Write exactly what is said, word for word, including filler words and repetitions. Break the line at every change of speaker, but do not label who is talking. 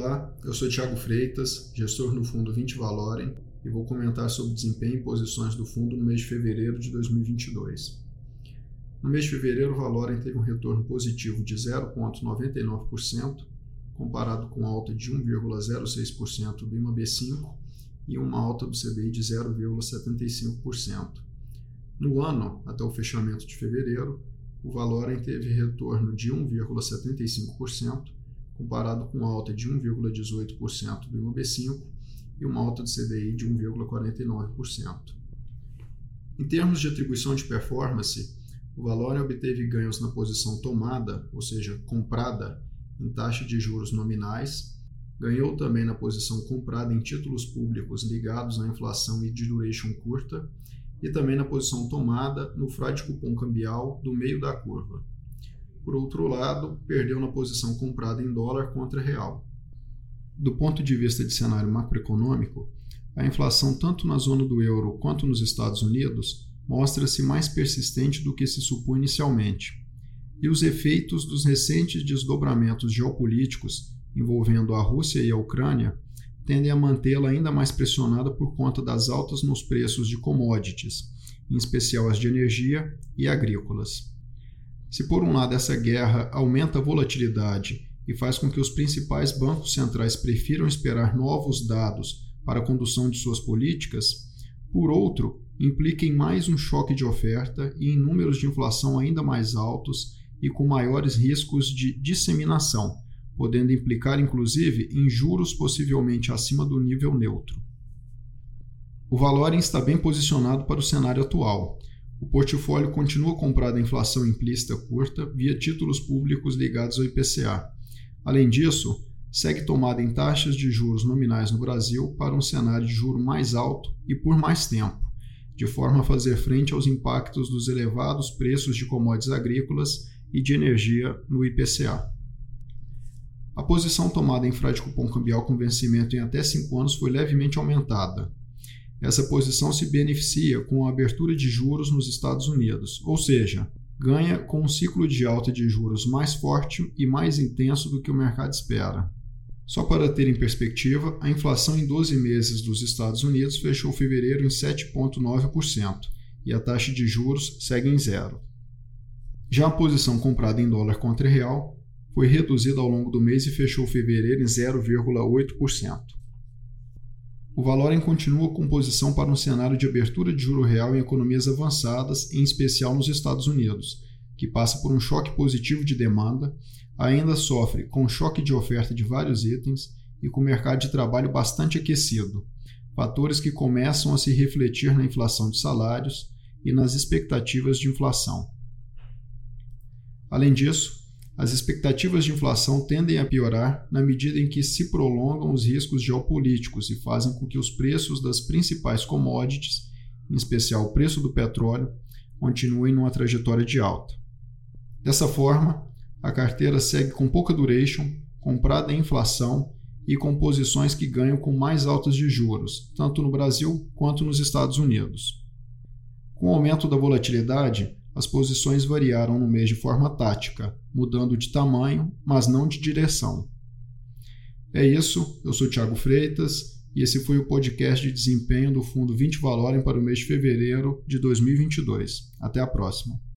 Olá, eu sou Thiago Freitas, gestor no fundo vinte Valorem, e vou comentar sobre o desempenho e posições do fundo no mês de fevereiro de dois mil e vinte e dois. No mês de fevereiro, o Valorem teve um retorno positivo de zero vírgula noventa e nove por cento, comparado com alta de um vírgula zero seis por cento do I M A B cinco e uma alta do C D I de zero vírgula setenta e cinco por cento. No ano, até o fechamento de fevereiro, o Valorem teve retorno de um vírgula setenta e cinco por cento, comparado com alta de um vírgula dezoito por cento do I M A B cinco e uma alta do C D I de um vírgula quarenta e nove por cento. Em termos de atribuição de performance, o Valorem obteve ganhos na posição tomada, ou seja, comprada, em taxa de juros nominais, ganhou também na posição comprada em títulos públicos ligados à inflação e de duration curta, e também na posição tomada no F R A de cupom cambial do meio da curva. Por outro lado, perdeu na posição comprada em dólar contra real. Do ponto de vista de cenário macroeconômico, a inflação tanto na zona do euro quanto nos Estados Unidos mostra-se mais persistente do que se supõe inicialmente, e os efeitos dos recentes desdobramentos geopolíticos envolvendo a Rússia e a Ucrânia tendem a mantê-la ainda mais pressionada por conta das altas nos preços de commodities, em especial as de energia e agrícolas. Se por um lado essa guerra aumenta a volatilidade e faz com que os principais bancos centrais prefiram esperar novos dados para a condução de suas políticas, por outro, implica em mais um choque de oferta e em números de inflação ainda mais altos e com maiores riscos de disseminação, podendo implicar inclusive em juros possivelmente acima do nível neutro. O Valorem está bem posicionado para o cenário atual. O portfólio continua comprado à inflação implícita curta via títulos públicos ligados ao I P C A. Além disso, segue tomada em taxas de juros nominais no Brasil para um cenário de juro mais alto e por mais tempo, de forma a fazer frente aos impactos dos elevados preços de commodities agrícolas e de energia no I P C A. A posição tomada em F R A de cupom cambial com vencimento em até cinco anos foi levemente aumentada. Essa posição se beneficia com a abertura de juros nos Estados Unidos, ou seja, ganha com um ciclo de alta de juros mais forte e mais intenso do que o mercado espera. Só para ter em perspectiva, a inflação em doze meses dos Estados Unidos fechou fevereiro em sete vírgula nove por cento e a taxa de juros segue em zero. Já a posição comprada em dólar contra real foi reduzida ao longo do mês e fechou fevereiro em zero vírgula oito por cento. O Valorem continua com posição para um cenário de abertura de juro real em economias avançadas, em especial nos Estados Unidos, que passa por um choque positivo de demanda, ainda sofre com choque de oferta de vários itens e com o mercado de trabalho bastante aquecido, fatores que começam a se refletir na inflação de salários e nas expectativas de inflação. Além disso, as expectativas de inflação tendem a piorar na medida em que se prolongam os riscos geopolíticos e fazem com que os preços das principais commodities, em especial o preço do petróleo, continuem numa trajetória de alta. Dessa forma, a carteira segue com pouca duration, comprada em inflação e com posições que ganham com mais altas de juros, tanto no Brasil quanto nos Estados Unidos. Com o aumento da volatilidade, as posições variaram no mês de forma tática, mudando de tamanho, mas não de direção. É isso, eu sou Thiago Freitas e esse foi o podcast de desempenho do fundo vinte Valorem para o mês de fevereiro de dois mil e vinte e dois. Até a próxima.